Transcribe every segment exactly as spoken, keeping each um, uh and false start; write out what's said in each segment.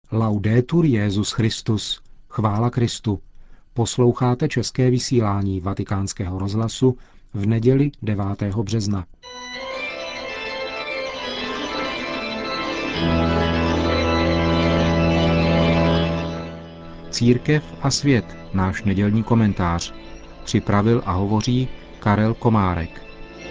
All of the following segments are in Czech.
Laudetur Jesus Christus. Chvála Kristu. Posloucháte české vysílání Vatikánského rozhlasu v neděli devátého března. Církev a svět, náš nedělní komentář. Připravil a hovoří Karel Komárek.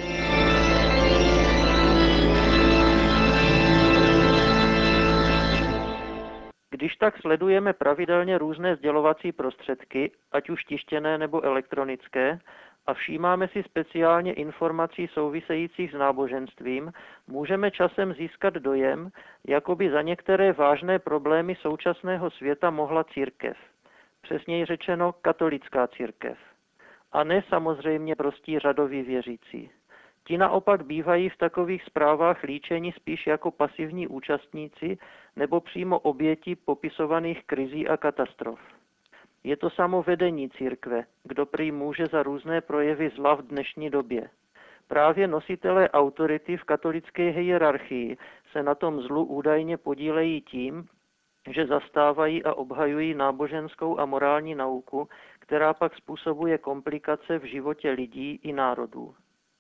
Když tak sledujeme pravidelně různé sdělovací prostředky, ať už tištěné nebo elektronické, a všímáme si speciálně informací souvisejících s náboženstvím, můžeme časem získat dojem, jako by za některé vážné problémy současného světa mohla církev. Přesněji řečeno katolická církev. A ne samozřejmě prostí řadoví věřící. Ti naopak bývají v takových zprávách líčeni spíš jako pasivní účastníci nebo přímo oběti popisovaných krizí a katastrof. Je to samo vedení církve, kdo prý může za různé projevy zla v dnešní době. Právě nositelé autority v katolické hierarchii se na tom zlu údajně podílejí tím, že zastávají a obhajují náboženskou a morální nauku, která pak způsobuje komplikace v životě lidí i národů.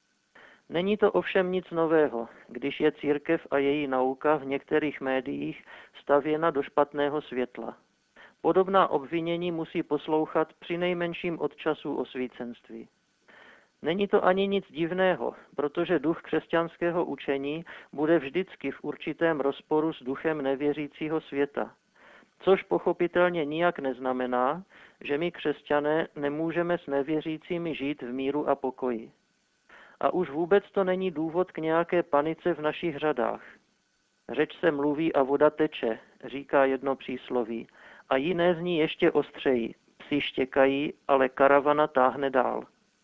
Není to ovšem nic nového, když je církev a její nauka v některých médiích stavěna do špatného světla. Podobná obvinění musí poslouchat přinejmenším od časů osvícenství. Není to ani nic divného, protože duch křesťanského učení bude vždycky v určitém rozporu s duchem nevěřícího světa. Což pochopitelně nijak neznamená, že my křesťané nemůžeme s nevěřícími žít v míru a pokoji. A už vůbec to není důvod k nějaké panice v našich řadách. Řeč se mluví a voda teče, říká jedno přísloví, a jiné zní ještě ostřejí. Psi štěkají, ale karavana táhne dál.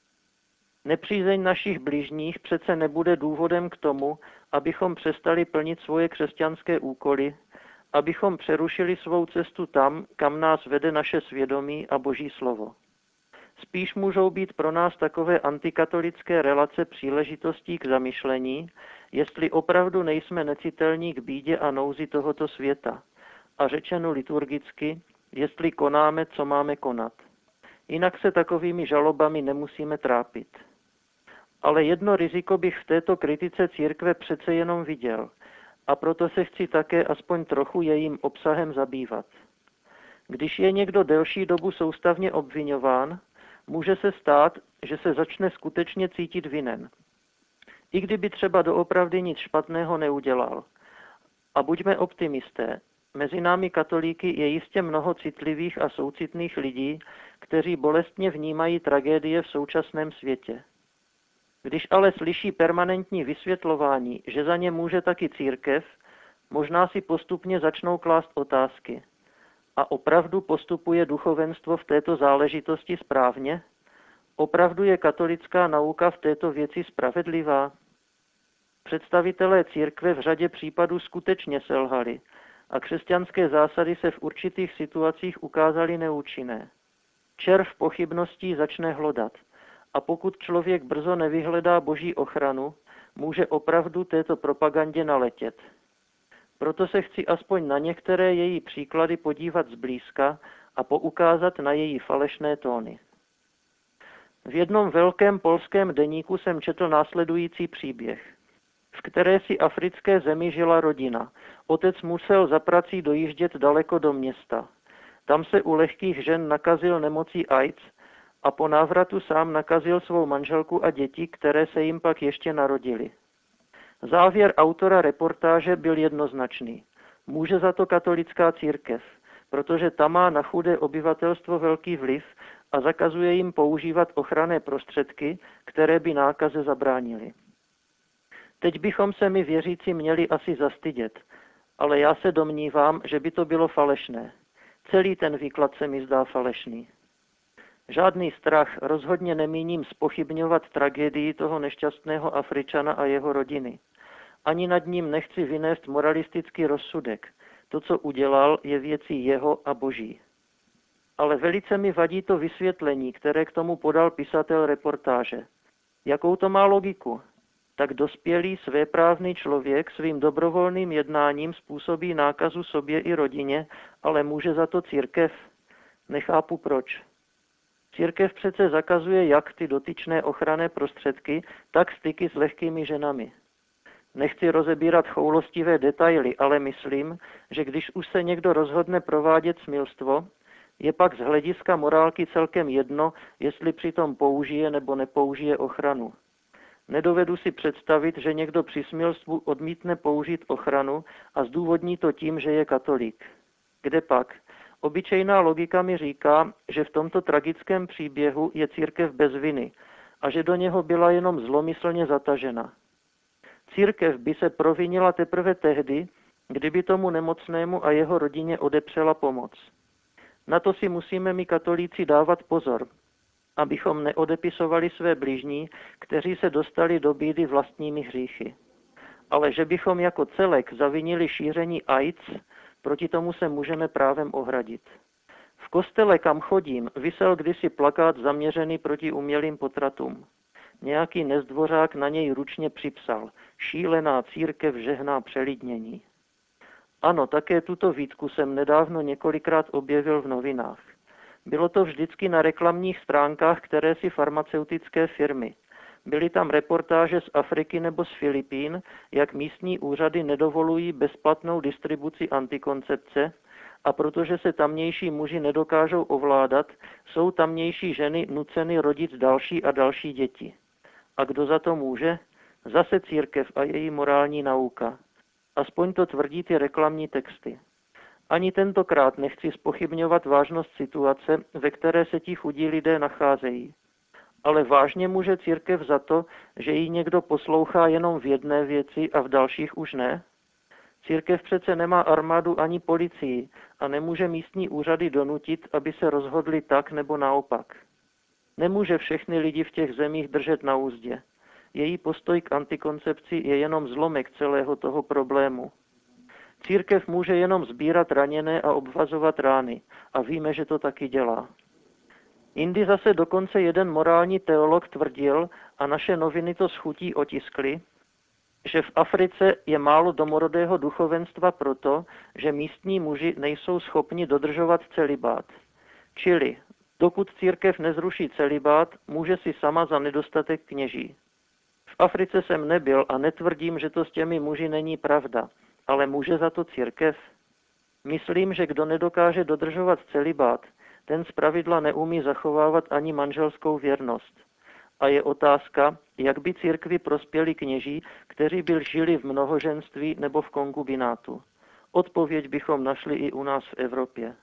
Nepřízeň našich bližních přece nebude důvodem k tomu, abychom přestali plnit svoje křesťanské úkoly, abychom přerušili svou cestu tam, kam nás vede naše svědomí a Boží slovo. Spíš můžou být pro nás takové antikatolické relace příležitostí k zamyšlení, jestli opravdu nejsme necitelní k bídě a nouzi tohoto světa. A řečeno liturgicky, jestli konáme, co máme konat. Jinak se takovými žalobami nemusíme trápit. Ale jedno riziko bych v této kritice církve přece jenom viděl, a proto se chci také aspoň trochu jejím obsahem zabývat. Když je někdo delší dobu soustavně obviňován, může se stát, že se začne skutečně cítit vinen. I kdyby třeba doopravdy nic špatného neudělal. A buďme optimisté, mezi námi katolíky je jistě mnoho citlivých a soucitných lidí, kteří bolestně vnímají tragédie v současném světě. Když ale slyší permanentní vysvětlování, že za ně může taky církev, možná si postupně začnou klást otázky. A opravdu postupuje duchovenstvo v této záležitosti správně? Opravdu je katolická nauka v této věci spravedlivá? Představitelé církve v řadě případů skutečně selhali a křesťanské zásady se v určitých situacích ukázaly neúčinné. Červ pochybností začne hlodat a pokud člověk brzo nevyhledá Boží ochranu, může opravdu této propagandě naletět. Proto se chci aspoň na některé její příklady podívat zblízka a poukázat na její falešné tóny. V jednom velkém polském deníku jsem četl následující příběh. V které si africké zemi žila rodina. Otec musel za prací dojíždět daleko do města. Tam se u lehkých žen nakazil nemocí AIDS a po návratu sám nakazil svou manželku a děti, které se jim pak ještě narodily. Závěr autora reportáže byl jednoznačný. Může za to katolická církev, protože ta má na chudé obyvatelstvo velký vliv a zakazuje jim používat ochranné prostředky, které by nákaze zabránily. Teď bychom se my věřící měli asi zastydět, ale já se domnívám, že by to bylo falešné. Celý ten výklad se mi zdá falešný. Žádný strach, rozhodně nemíním zpochybňovat tragédii toho nešťastného Afričana a jeho rodiny. Ani nad ním nechci vynést moralistický rozsudek. To, co udělal, je věcí jeho a Boží. Ale velice mi vadí to vysvětlení, které k tomu podal pisatel reportáže. Jakou to má logiku? tak dospělý svéprávný člověk svým dobrovolným jednáním způsobí nákazu sobě i rodině, ale může za to církev? Nechápu proč. Církev přece zakazuje jak ty dotyčné ochranné prostředky, tak styky s lehkými ženami. Nechci rozebírat choulostivé detaily, ale myslím, že když už se někdo rozhodne provádět smilstvo, je pak z hlediska morálky celkem jedno, jestli přitom použije nebo nepoužije ochranu. Nedovedu si představit, že někdo při smilstvu odmítne použít ochranu a zdůvodní to tím, že je katolík. Kde pak? Obyčejná logika mi říká, že v tomto tragickém příběhu je církev bez viny a že do něho byla jenom zlomyslně zatažena. Církev by se provinila teprve tehdy, kdyby tomu nemocnému a jeho rodině odepřela pomoc. Na to si musíme my katolíci dávat pozor, abychom neodepisovali své bližní, kteří se dostali do bídy vlastními hříchy. Ale že bychom jako celek zavinili šíření AIDS, proti tomu se můžeme právem ohradit. V kostele, kam chodím, visel kdysi plakát zaměřený proti umělým potratům. Nějaký nezdvořák na něj ručně připsal: šílená církev žehná přelidnění. Ano, také tuto výtku jsem nedávno několikrát objevil v novinách. Bylo to vždycky na reklamních stránkách kterési farmaceutické firmy. Byly tam reportáže z Afriky nebo z Filipín, jak místní úřady nedovolují bezplatnou distribuci antikoncepce, a protože se tamnější muži nedokážou ovládat, jsou tamnější ženy nuceny rodit další a další děti. A kdo za to může? Zase církev a její morální nauka. Aspoň to tvrdí ty reklamní texty. Ani tentokrát nechci zpochybňovat vážnost situace, ve které se ti chudí lidé nacházejí. Ale vážně může církev za to, že jí někdo poslouchá jenom v jedné věci a v dalších už ne? Církev přece nemá armádu ani policii a nemůže místní úřady donutit, aby se rozhodli tak nebo naopak. Nemůže všechny lidi v těch zemích držet na úzdě. Její postoj k antikoncepci je jenom zlomek celého toho problému. Církev může jenom sbírat raněné a obvazovat rány a víme, že to taky dělá. Jindy zase dokonce jeden morální teolog tvrdil, a naše noviny to s chutí otiskly, že v Africe je málo domorodého duchovenstva proto, že místní muži nejsou schopni dodržovat celibát. Čili, dokud církev nezruší celibát, může si sama za nedostatek kněží. V Africe jsem nebyl a netvrdím, že to s těmi muži není pravda, ale může za to církev? Myslím, že kdo nedokáže dodržovat celibát, ten zpravidla neumí zachovávat ani manželskou věrnost. A je otázka, jak by církvi prospěli kněží, kteří by žili v mnohoženství nebo v konkubinátu. Odpověď bychom našli i u nás v Evropě.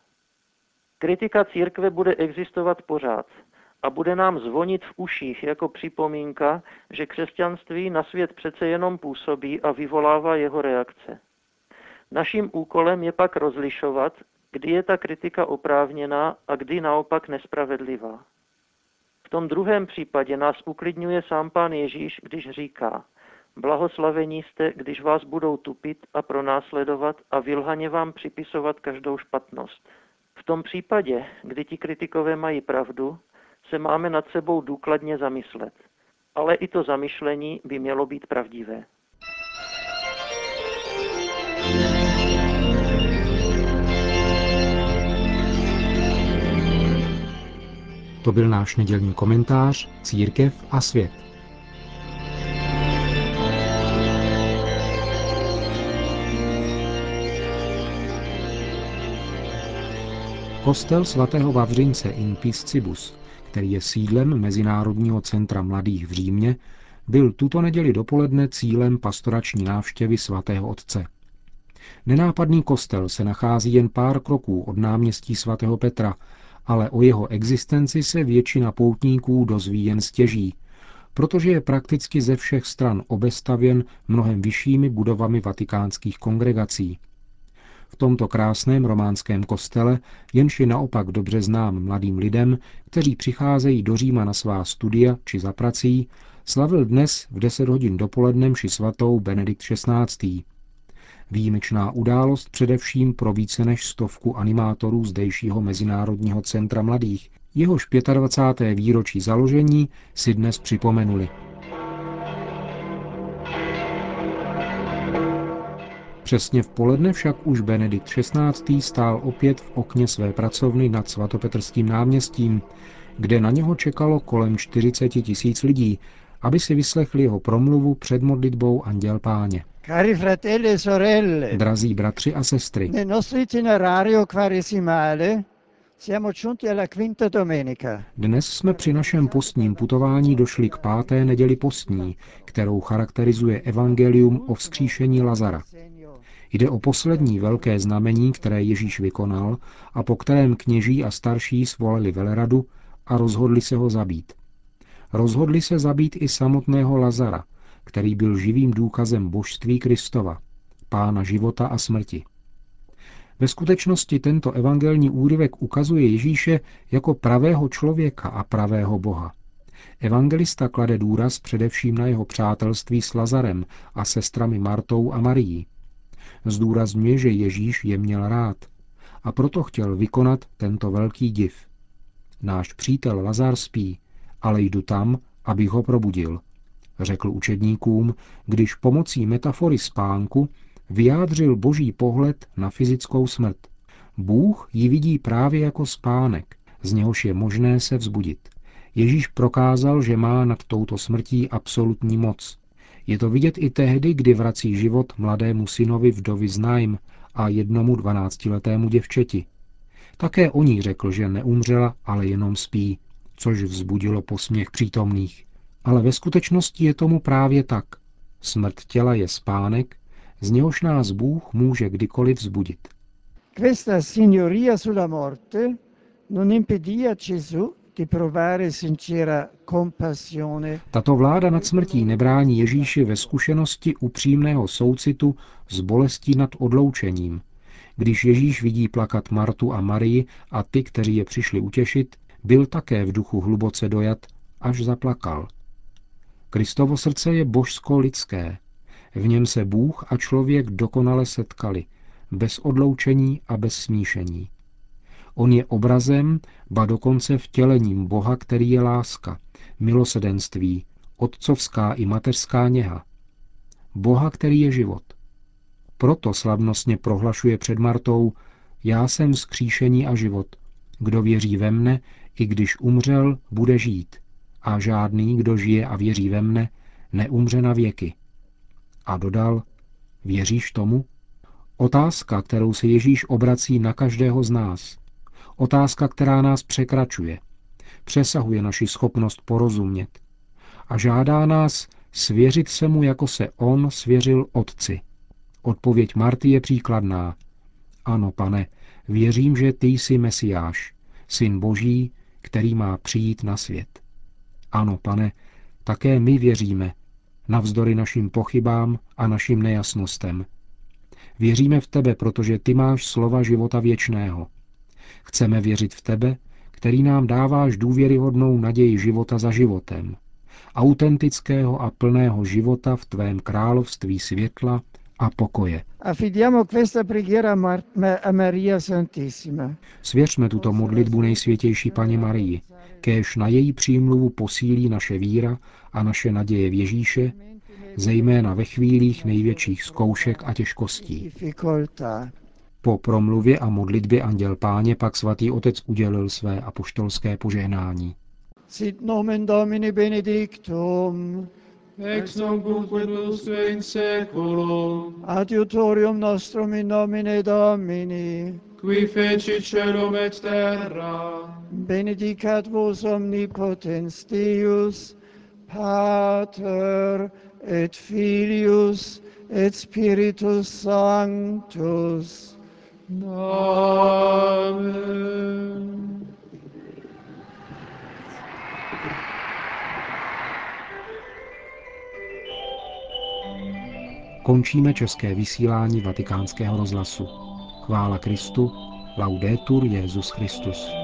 Kritika církve bude existovat pořád a bude nám zvonit v uších jako připomínka, že křesťanství na svět přece jenom působí a vyvolává jeho reakce. Naším úkolem je pak rozlišovat, kdy je ta kritika oprávněná a kdy naopak nespravedlivá. V tom druhém případě nás uklidňuje sám Pán Ježíš, když říká: blahoslavení jste, když vás budou tupit a pronásledovat a vylhaně vám připisovat každou špatnost. V tom případě, kdy ti kritikové mají pravdu, se máme nad sebou důkladně zamyslet. Ale i to zamyšlení by mělo být pravdivé. To byl náš nedělní komentář Církev a svět. Kostel svatého Vavřince in Piscibus, který je sídlem Mezinárodního centra mladých v Římě, byl tuto neděli dopoledne cílem pastorační návštěvy svatého otce. Nenápadný kostel se nachází jen pár kroků od náměstí svatého Petra, ale o jeho existenci se většina poutníků dozví jen stěží, protože je prakticky ze všech stran obestavěn mnohem vyššími budovami vatikánských kongregací. V tomto krásném románském kostele, jenž je naopak dobře znám mladým lidem, kteří přicházejí do Říma na svá studia či za prací, slavil dnes v deset hodin dopoledne mši svatou Benedikt šestnáctý. Výjimečná událost především pro více než stovku animátorů zdejšího Mezinárodního centra mladých. Jehož dvacáté pátého výročí založení si dnes připomenuli. Přesně v poledne však už Benedikt šestnáctý stál opět v okně své pracovny nad svatopetrským náměstím, kde na něho čekalo kolem čtyřicet tisíc lidí, aby si vyslechli jeho promluvu před modlitbou Anděl Páně. Cari fratelli e sorelle, Drazí bratři a sestry, nel nostro itinerario quaresimale siamo giunti alla quinta domenica. dnes jsme při našem postním putování došli k páté neděli postní, kterou charakterizuje evangelium o vzkříšení Lazara. Jde o poslední velké znamení, které Ježíš vykonal a po kterém kněží a starší svolali veleradu a rozhodli se ho zabít. Rozhodli se zabít i samotného Lazara, který byl živým důkazem božství Kristova, Pána života a smrti. Ve skutečnosti tento evangelní úryvek ukazuje Ježíše jako pravého člověka a pravého Boha. Evangelista klade důraz především na jeho přátelství s Lazarem a sestrami Martou a Marií. Zdůrazňuje, že Ježíš je měl rád a proto chtěl vykonat tento velký div. Náš přítel Lazar spí, ale jdu tam, abych ho probudil, řekl učedníkům, když pomocí metafory spánku vyjádřil boží pohled na fyzickou smrt. Bůh ji vidí právě jako spánek, z něhož je možné se vzbudit. Ježíš prokázal, že má nad touto smrtí absolutní moc. Je to vidět i tehdy, kdy vrací život mladému synovi vdovy z Naim a jednomu dvanáctiletému děvčeti. Také o ní řekl, že neumřela, ale jenom spí, což vzbudilo posměch přítomných. Ale ve skutečnosti je tomu právě tak. Smrt těla je spánek, z něhož nás Bůh může kdykoliv vzbudit. Questa signoria sulla morte non impedì a Gesù di provare sincera compassione. Tato vláda nad smrtí nebrání Ježíši ve zkušenosti upřímného soucitu s bolestí nad odloučením. Když Ježíš vidí plakat Martu a Marii a ty, kteří je přišli utěšit, byl také v duchu hluboce dojat, až zaplakal. Kristovo srdce je božsko-lidské. V něm se Bůh a člověk dokonale setkali, bez odloučení a bez smíšení. On je obrazem, ba dokonce vtělením Boha, který je láska, milosedenství, otcovská i mateřská něha. Boha, který je život. Proto slavnostně prohlašuje před Martou: já jsem vzkříšení a život. Kdo věří ve mne, i když umřel, bude žít. A žádný, kdo žije a věří ve mne, neumře na věky. A dodal: věříš tomu? Otázka, kterou se Ježíš obrací na každého z nás. Otázka, která nás překračuje. Přesahuje naši schopnost porozumět. A žádá nás svěřit se mu, jako se on svěřil Otci. Odpověď Marty je příkladná. Ano, Pane, věřím, že ty jsi Mesiáš, syn Boží, který má přijít na svět. Ano, Pane, také my věříme, navzdory našim pochybám a našim nejasnostem. Věříme v tebe, protože ty máš slova života věčného. Chceme věřit v tebe, který nám dáváš důvěryhodnou naději života za životem, autentického a plného života v tvém království světla a pokoje. Affidiamo questa preghiera a Maria Santissima. Svěřme tuto modlitbu nejsvětější Panně Marii, kéž na její přímluvu posílí naše víra a naše naděje v Ježíše, zejména ve chvílích největších zkoušek a těžkostí. Po promluvě a modlitbě Anděl Páně pak svatý otec udělil své apoštolské požehnání. Sit nomen Domini benedictum, ex nunc ut usque in seculum, adiutorium nostrum in nomine Domini, qui feci caelum et terra, benedicat vos omnipotens Deus, Pater et Filius et Spiritus Sanctus. Amen. Končíme české vysílání Vatikánského rozhlasu. Chvála Kristu, laudetur Jesus Christus.